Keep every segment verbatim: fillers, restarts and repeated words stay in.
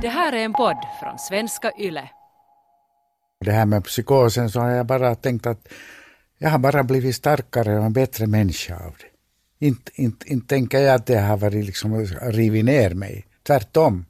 Det här är en podd från Svenska Yle. Det här med psykosen så har jag bara tänkt att jag har bara blivit starkare och en bättre människa av det. Inte, inte, inte tänker jag att det har varit liksom rivit ner mig. Tvärtom.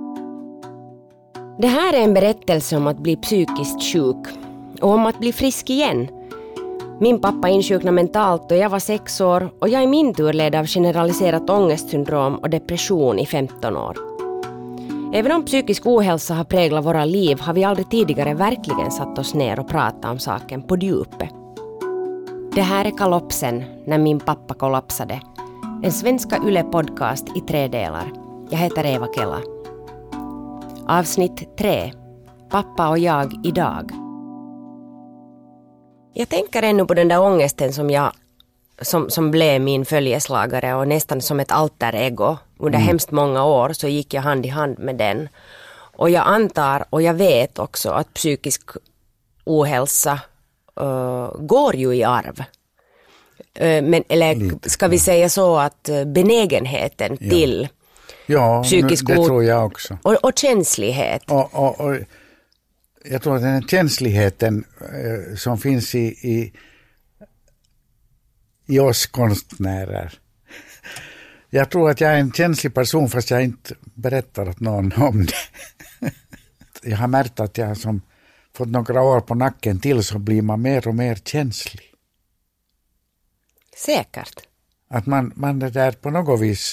Det här är en berättelse om att bli psykiskt sjuk och om att bli frisk igen. Min pappa insjuknade mentalt då jag var sex år och jag i min tur led av generaliserat ångestsyndrom och depression i femton år. Även om psykisk ohälsa har präglat våra liv har vi aldrig tidigare verkligen satt oss ner och pratat om saken på djupet. Det här är Kalopsen när min pappa kollapsade. En Svenska Yle-podcast i tre delar. Jag heter Eva Kela. Avsnitt tre. Pappa och jag idag. Jag tänker ännu på den där ångesten som, jag, som, som blev min följeslagare och nästan som ett alter ego. Under mm. hemskt många år så gick jag hand i hand med den. Och jag antar och jag vet också att psykisk ohälsa uh, går ju i arv. Uh, men, eller Lite, ska vi ja. säga så att benägenheten ja. till ja, psykisk det tror jag också. Och, och känslighet. Och, och, och jag tror att den känsligheten eh, som finns i, i, i oss konstnärer. Jag tror att jag är en känslig person fast jag inte berättar åt någon om det. Jag har märkt att jag som fått några år på nacken till så blir man mer och mer känslig. Säkert. Att man, man det där på något vis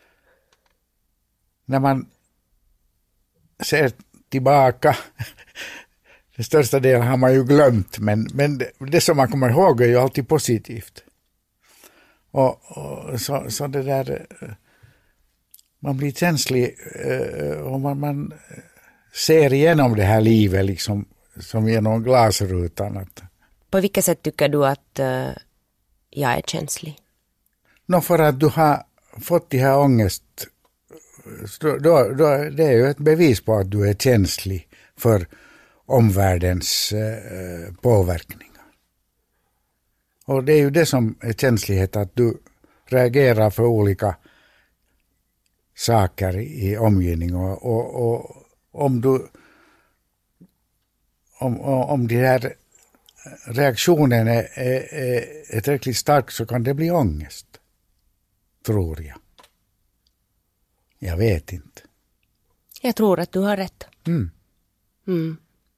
när man ser tillbaka det största delen har man ju glömt men, men det, det som man kommer ihåg är ju alltid positivt. Och, och så, så det där man blir känslig och man, man ser igenom det här livet liksom som genom glasrutan. Att, på vilket sätt tycker du att uh, jag är känslig? Nå för att du har fått det här ångest då, då, då, det är ju ett bevis på att du är känslig för omvärldens eh, påverkningar. Och det är ju det som är känslighet, att du reagerar för olika saker i omgivning och, och, och om du om, om den här reaktionen är, är, är tillräckligt stark så kan det bli ångest, tror jag. Jag vet inte. Jag tror att du har rätt. Mm. Mm.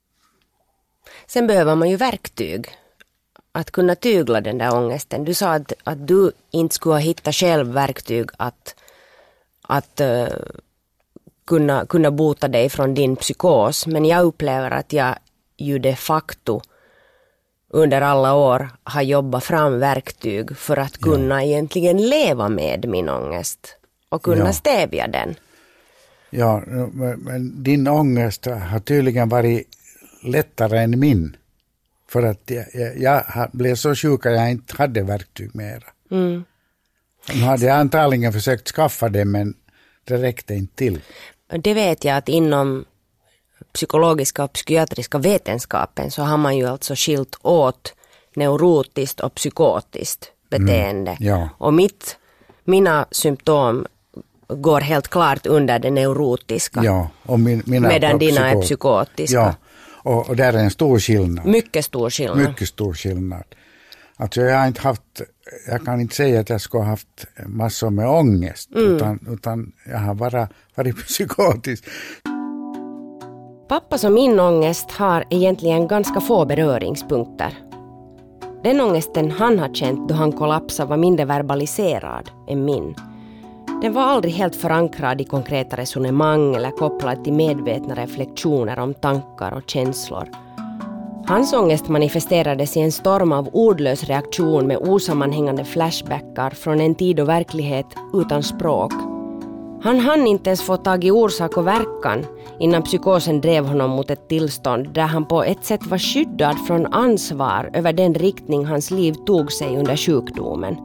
Sen behöver man ju verktyg att kunna tygla den där ångesten. Du sa att, att du inte skulle ha hittat själv verktyg att, att uh, kunna, kunna bota dig från din psykos. Men jag upplever att jag ju de facto under alla år har jobbat fram verktyg för att kunna ja. egentligen leva med min ångest och kunna ja. stävja den. Ja, men din ångest har tydligen varit lättare än min. För att jag, jag, jag blev så sjuk att jag inte hade verktyg mera. Mm. Nu hade jag antagligen försökt skaffa det men det räckte inte till. Det vet jag att inom psykologiska och psykiatriska vetenskapen så har man ju alltså skilt åt neurotiskt och psykotiskt beteende. Mm. Ja. Och mitt, mina symptom går helt klart under det neurotiska. Ja, och min, mina medan dina psyko- är psykotiska. Ja, och, och där är en stor skillnad. Mycket stor skillnad. Mycket stor skillnad. Alltså jag har inte haft, jag kan inte säga att jag skulle ha haft massor med ångest, mm. utan, utan jag har bara varit psykotisk. Pappas och min ångest har egentligen ganska få beröringspunkter. Den ångesten han har känt då han kollapsade var mindre verbaliserad än min. Den var aldrig helt förankrad i konkreta resonemang eller kopplad till medvetna reflektioner om tankar och känslor. Hans ångest manifesterades i en storm av ordlös reaktion med osammanhängande flashbackar från en tid och verklighet utan språk. Han hann inte ens få tag i orsak och verkan innan psykosen drev honom mot ett tillstånd där han på ett sätt var skyddad från ansvar över den riktning hans liv tog sig under sjukdomen.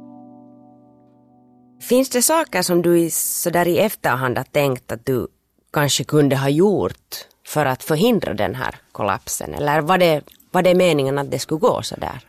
Finns det saker som du så där i efterhand har tänkt att du kanske kunde ha gjort för att förhindra den här kollapsen? Eller var det, var det meningen att det skulle gå så där?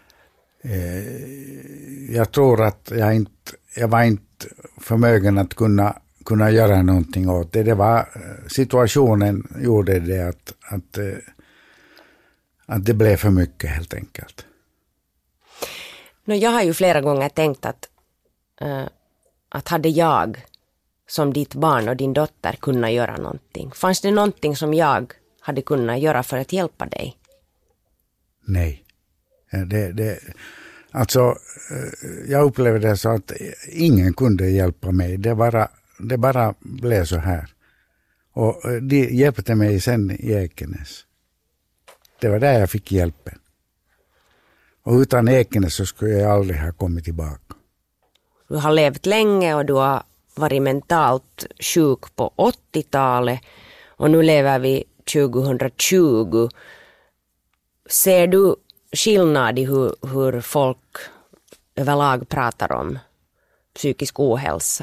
Eh, jag tror att jag, inte, jag var inte förmögen att kunna kunna göra någonting åt det. Det var situationen gjorde det att, att, att det blev för mycket helt enkelt. No, jag har ju flera gånger tänkt att, uh, att hade jag som ditt barn och din dotter kunnat göra någonting. Fanns det någonting som jag hade kunnat göra för att hjälpa dig? Nej. Det, det, alltså, jag upplevde det så att ingen kunde hjälpa mig. Det bara, det bara blev så här. Och de hjälpte mig sen i Ekenäs. Det var där jag fick hjälpen. Och utan Ekenäs så skulle jag aldrig ha kommit tillbaka. Du har levt länge och du har varit mentalt sjuk på åttiotalet och nu lever vi tjugohundratjugo. Ser du skillnad i hur, hur folk överlag pratar om psykisk ohälsa?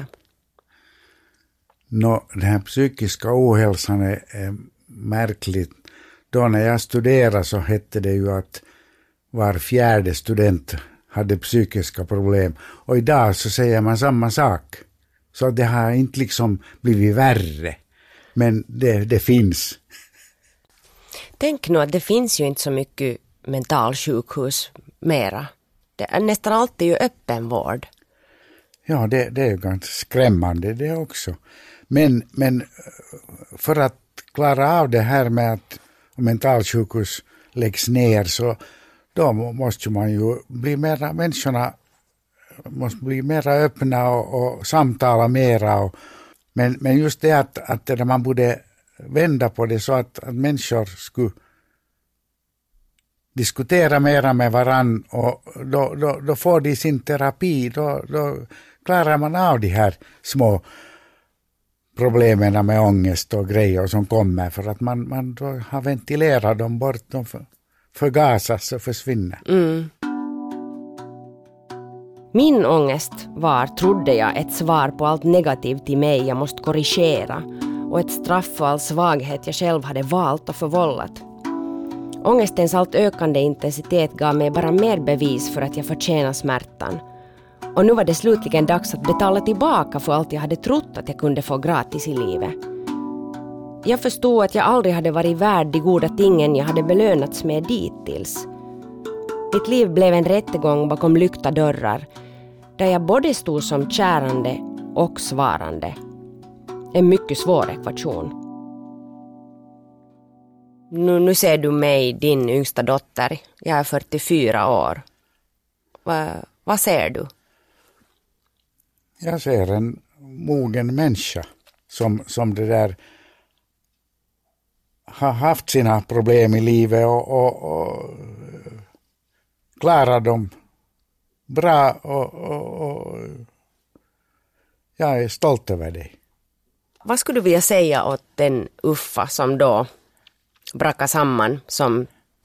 Nå, den här psykiska ohälsan är, är märkligt. Då när jag studerade så hette det ju att var fjärde student hade psykiska problem. Och idag så säger man samma sak. Så det har inte liksom blivit värre. Men det, det finns. Tänk nu att det finns ju inte så mycket mentalsjukhus mera. Det är nästan alltid ju öppenvård. Ja, det, det är ju ganska skrämmande det också. Men, men för att klara av det här med att mentalsjukhus läggs ner så då måste man ju bli mera, människorna måste bli mera öppna och, och samtala mera. Och, men, men just det att, att man borde vända på det så att, att människor skulle diskutera mera med varann och då, då, då får de sin terapi, då, då klarar man av de här små problemen med ångest och grejer som kommer för att man, man då har ventilerat dem bort, de för, förgasas och försvinner. Mm. Min ångest var, trodde jag, ett svar på allt negativt i mig jag måste korrigera och ett straff för all svaghet jag själv hade valt och förvållat. Ångestens allt ökande intensitet gav mig bara mer bevis för att jag förtjänar smärtan. Och nu var det slutligen dags att betala tillbaka för allt jag hade trott att jag kunde få gratis i livet. Jag förstod att jag aldrig hade varit värd de goda tingen jag hade belönats med dittills. Mitt liv blev en rättegång bakom lyckta dörrar, där jag både stod som kärande och svarande. En mycket svår ekvation. Nu, nu ser du mig, din yngsta dotter. Jag är fyrtiofyra år. Va, vad ser du? Jag ser en mogen människa som, som det där har haft sina problem i livet och, och, och klarar dem bra och, och, och jag är stolt över dig. Vad skulle du vilja säga åt den Uffa som då brakade samman som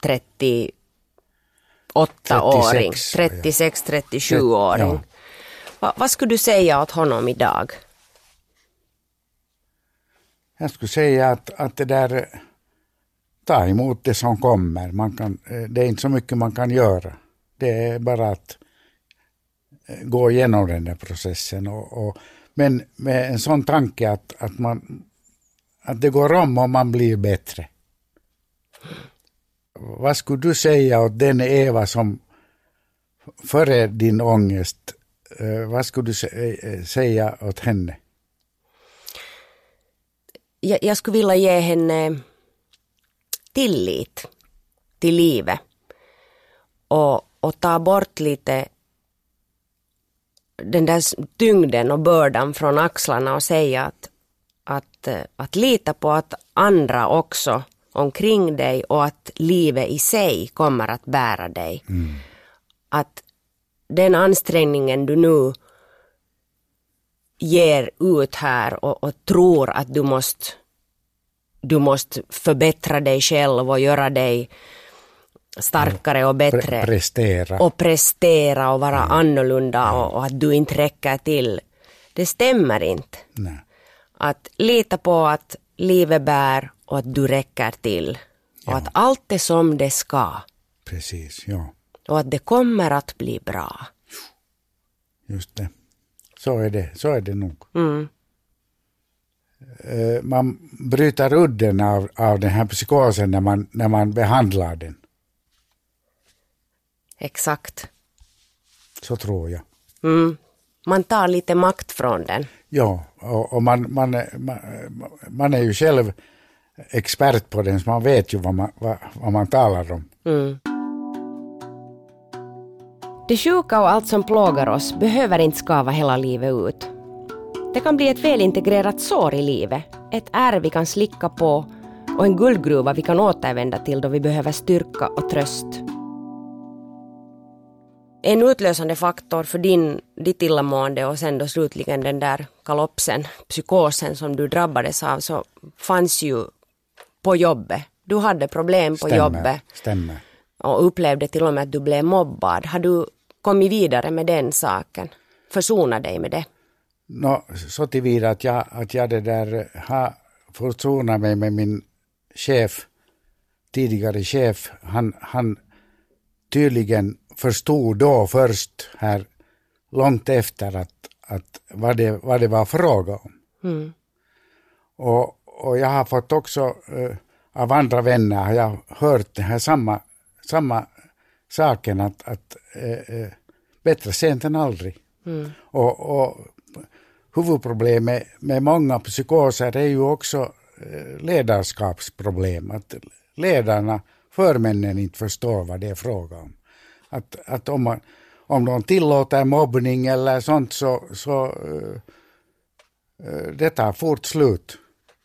trettioåtta-åring, trettiosex trettiosju-åring? Ja. Va, vad skulle du säga åt honom idag? Jag skulle säga att, att det där, ta emot det som kommer. Man kan, det är inte så mycket man kan göra. Det är bara att gå igenom den där processen. Och, och, men med en sån tanke att, att, man, att det går om och man blir bättre. Vad skulle du säga åt den Eva som före din ångest, vad skulle du säga åt henne? Jag, jag skulle vilja ge henne tillit till livet och, och ta bort lite den där tyngden och bördan från axlarna och säga att, att, att lita på att andra också omkring dig och att livet i sig kommer att bära dig. Mm. Att den ansträngningen du nu ger ut här och, och tror att du måste, du måste förbättra dig själv och göra dig starkare och bättre. Pre- prestera. Och prestera och vara ja. annorlunda ja. Och, och att du inte räcker till. Det stämmer inte. Nej. Att lita på att livet bär och att du räcker till. Ja. Och att allt är som det ska. Precis, ja. Och att det kommer att bli bra. Just det. Så är det, så är det nog. Mm. eh, man bryter udden av, av den här psykosen när man, när man behandlar den. Exakt. Så tror jag. Mm. Man tar lite makt från den. Ja, och, och man, man, man, man är ju själv expert på den, så man vet ju vad man, vad, vad man talar om. Mm. Det sjuka och allt som plågar oss behöver inte skava hela livet ut. Det kan bli ett välintegrerat sår i livet, ett ärr vi kan slicka på och en guldgruva vi kan återvända till då vi behöver styrka och tröst. En utlösande faktor för din, ditt illamående och sen då slutligen den där kalopsen, psykosen som du drabbades av, så fanns ju på jobbet. Du hade problem på stämmer, jobbet. Stämmer. Och upplevde till och med att du blev mobbad. Har du kommit vidare med den saken? Försona dig med det? Nå, så tillvida att jag, att jag det där har försonat mig med min chef, tidigare chef. Han, han tydligen förstod då först här långt efter att, att vad, det, vad det var fråga om. Mm. Och, och jag har fått också uh, av andra vänner har jag hört det här samma, samma saken att, att uh, uh, bättre sent än aldrig. Mm. Och, och huvudproblemet med många psykoser är ju också uh, ledarskapsproblem. Att ledarna, förmännen, inte förstår vad det är fråga om. Att, att om, man, om de tillåter mobbning eller sånt så, så uh, uh, det tar fort slut.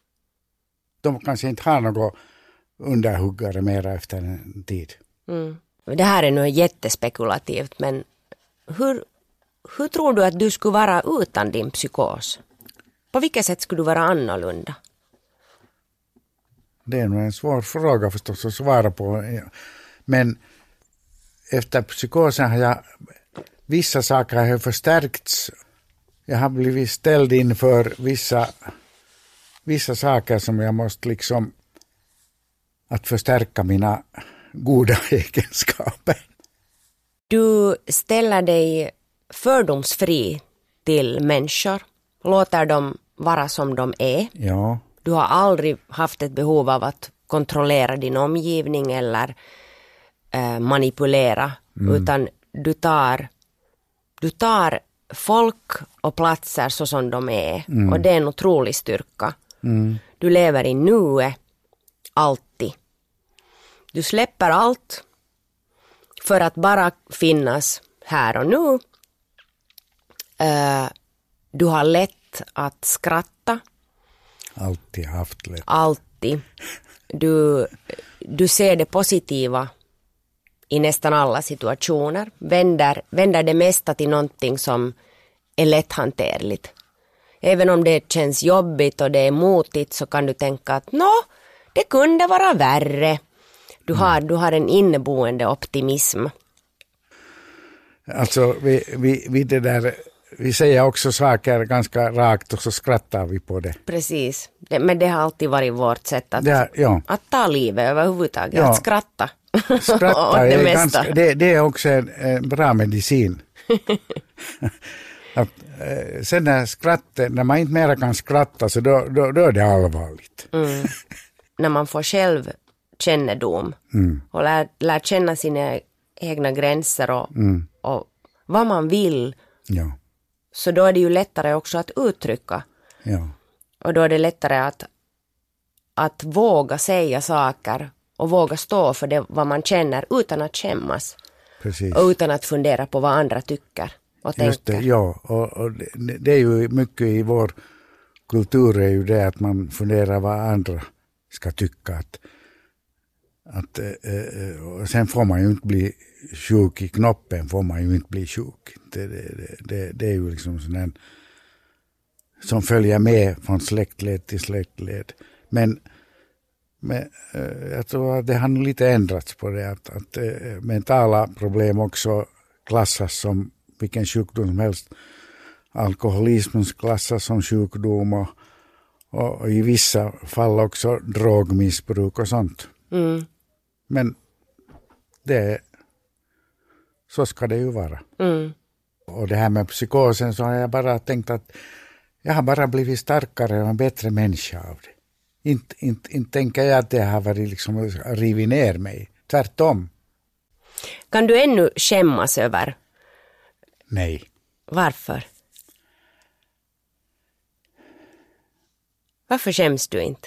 De kanske inte har något underhuggare mer efter en tid. Mm. Det här är nog jättespekulativt, men hur, hur tror du att du skulle vara utan din psykos? På vilket sätt skulle du vara annorlunda? Det är nog en svår fråga förstås att svara på. Men efter psykosen har jag, vissa saker har förstärkts. Jag har blivit ställd inför vissa, vissa saker som jag måste liksom att förstärka mina goda egenskaper. Du ställer dig fördomsfri till människor, låter dem vara som de är. Ja. Du har aldrig haft ett behov av att kontrollera din omgivning eller eh, manipulera, mm. utan du tar, du tar folk och platser så som de är. Mm. Och det är en otrolig styrka. Mm. Du lever i nuet, alltid. Du släpper allt för att bara finnas här och nu. Uh, du har lätt att skratta. Alltid haft lätt. Alltid. Du, du ser det positiva i nästan alla situationer. Vänder, vänder det mesta till någonting som är lätthanterligt. Även om det känns jobbigt och det är motigt så kan du tänka att nå, det kunde vara värre. Du har, mm. du har en inneboende optimism. Alltså vi, vi, vi, det där, vi säger också saker ganska rakt och så skrattar vi på det. Precis, det, men det har alltid varit vårt sätt att, det, ja. att ta livet överhuvudtaget, ja. Att skratta. Skratta det, är ganska, det, det är också en, en bra medicin. Att, eh, sen när, skrattet, när man inte mer kan skratta så då, då, då är det allvarligt. Mm. När man får själv kännedom mm. och lär, lär känna sina egna gränser och, mm. och vad man vill, ja. Så då är det ju lättare också att uttrycka. Ja. Och då är det lättare att, att våga säga saker och våga stå för det vad man känner utan att skämmas. Precis. Och utan att fundera på vad andra tycker och Just tänker. Det, ja, och, och det, det är ju mycket i vår kultur är ju det att man funderar vad andra ska tycka. Att, att, eh, och sen får man ju inte bli sjuk i knoppen, får man ju inte bli sjuk. Det, det, det, det är ju liksom sån en som följer med från släktled till släktled. Men, men eh, jag tror att det har lite ändrats på det. Att, att eh, mentala problem också klassas som vilken sjukdom som helst. Alkoholismen klassas som sjukdom och, och, och i vissa fall också drogmissbruk och sånt. Mm. Men det, så ska det ju vara. Mm. Och det här med psykosen så har jag bara tänkt att Jag har bara blivit starkare och en bättre människa av det. Inte, inte, inte tänker jag att det har varit liksom rivit ner mig. Tvärtom. Kan du ännu skämmas över? Nej. Varför? Varför skäms du inte?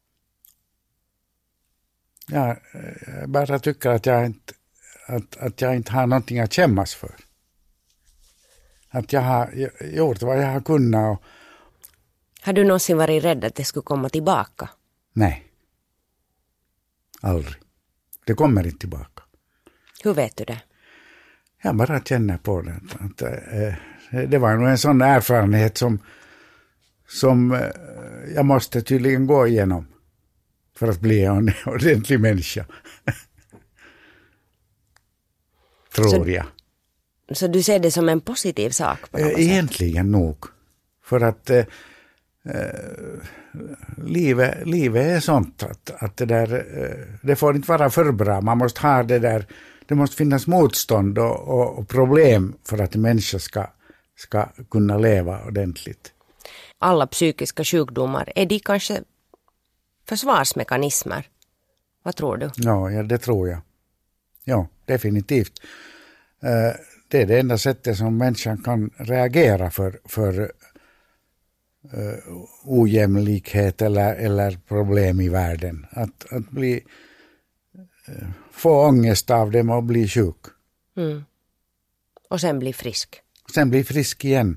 Jag bara tycker att jag inte, att, att jag inte har någonting att skämmas för. Att jag har gjort vad jag har kunnat. Och... Har du någonsin varit rädd att det skulle komma tillbaka? Nej. Aldrig. Det kommer inte tillbaka. Hur vet du det? Jag bara känner på det. Att, äh, det var nog en sån erfarenhet som, som äh, jag måste tydligen gå igenom för att bli en ordentlig människa. Tror så, jag. Så du ser det som en positiv sak? På något sätt? Egentligen nog. För att äh, livet, livet är sånt att, att det, där, äh, det får inte vara för bra. Man måste ha det där. Det måste finnas motstånd och, och, och problem för att en människa ska, ska kunna leva ordentligt. Alla psykiska sjukdomar, är de kanske försvarsmekanismer? Vad tror du? Ja, ja det tror jag. Ja, definitivt. Uh, det är det enda sättet som människan kan reagera för, för uh, ojämlikhet eller, eller problem i världen. Att, att bli... Uh, få ångest av dem och bli sjuk. Mm. Och sen bli frisk. Sen bli frisk igen.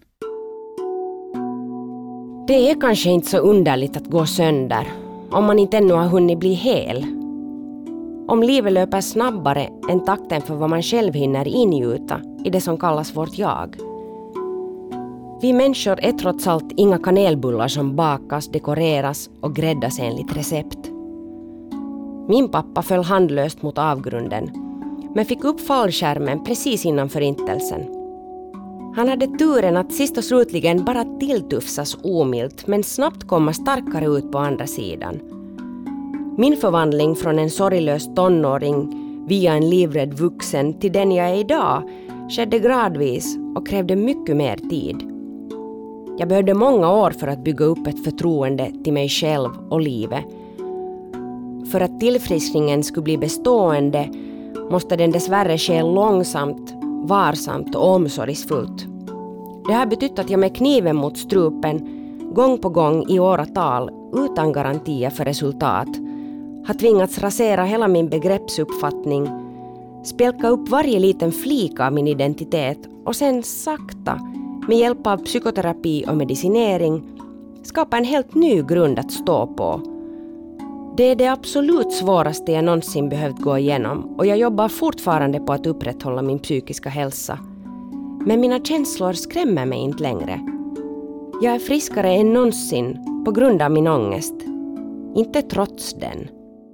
Det är kanske inte så underligt att gå sönder om man inte ännu har hunnit bli hel. Om livet löper snabbare än takten för vad man själv hinner ingjuta i det som kallas vårt jag. Vi människor är trots allt inga kanelbullar som bakas, dekoreras och gräddas enligt recept. Min pappa föll handlöst mot avgrunden, men fick upp fallskärmen precis innan förintelsen. Han hade turen att sist och slutligen bara tilltufsas omilt, men snabbt komma starkare ut på andra sidan. Min förvandling från en sorglös tonåring via en livrädd vuxen till den jag är idag skedde gradvis och krävde mycket mer tid. Jag behövde många år för att bygga upp ett förtroende till mig själv och livet. För att tillfriskningen skulle bli bestående måste den dessvärre ske långsamt, varsamt och omsorgsfullt. Det har betytt att jag med kniven mot strupen, gång på gång i åratal, utan garantier för resultat, har tvingats rasera hela min begreppsuppfattning, spälka upp varje liten flik av min identitet och sen sakta, med hjälp av psykoterapi och medicinering, skapa en helt ny grund att stå på. Det är det absolut svåraste jag någonsin behövt gå igenom och jag jobbar fortfarande på att upprätthålla min psykiska hälsa. Men mina känslor skrämmer mig inte längre. Jag är friskare än någonsin på grund av min ångest. Inte trots den.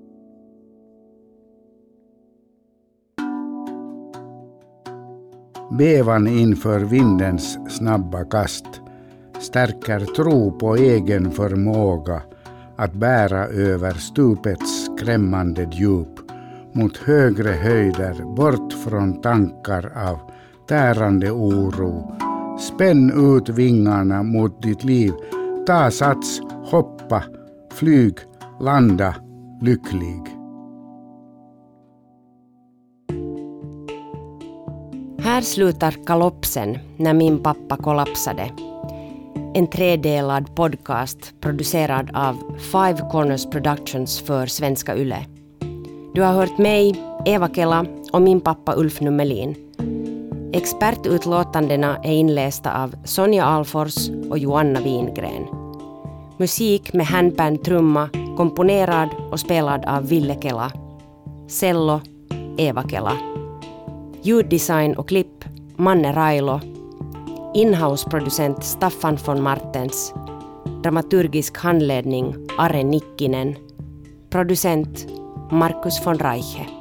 Bävan inför vindens snabba kast stärker tro på egen förmåga att bära över stupets skrämmande djup mot högre höjder, bort från tankar av tärande oro. Spänn ut vingarna mot ditt liv, ta sats, hoppa, flyg, landa, lycklig. Här slutar kalopsen när min pappa kollapsade. En tredelad podcast producerad av Five Corners Productions för Svenska Yle. Du har hört mig, Eva Kela, och min pappa Ulf Nummelin. Expertutlåtandena är inlästa av Sonja Alfors och Joanna Wingren. Musik med handpan trumma, komponerad och spelad av Ville Kela. Cello, Eva Kela. Ljuddesign och klipp, Manne Railo. Inhouse-producent Staffan von Martens. Dramaturgisk handledning, Are Nikkinen. Producent, Markus von Reiche.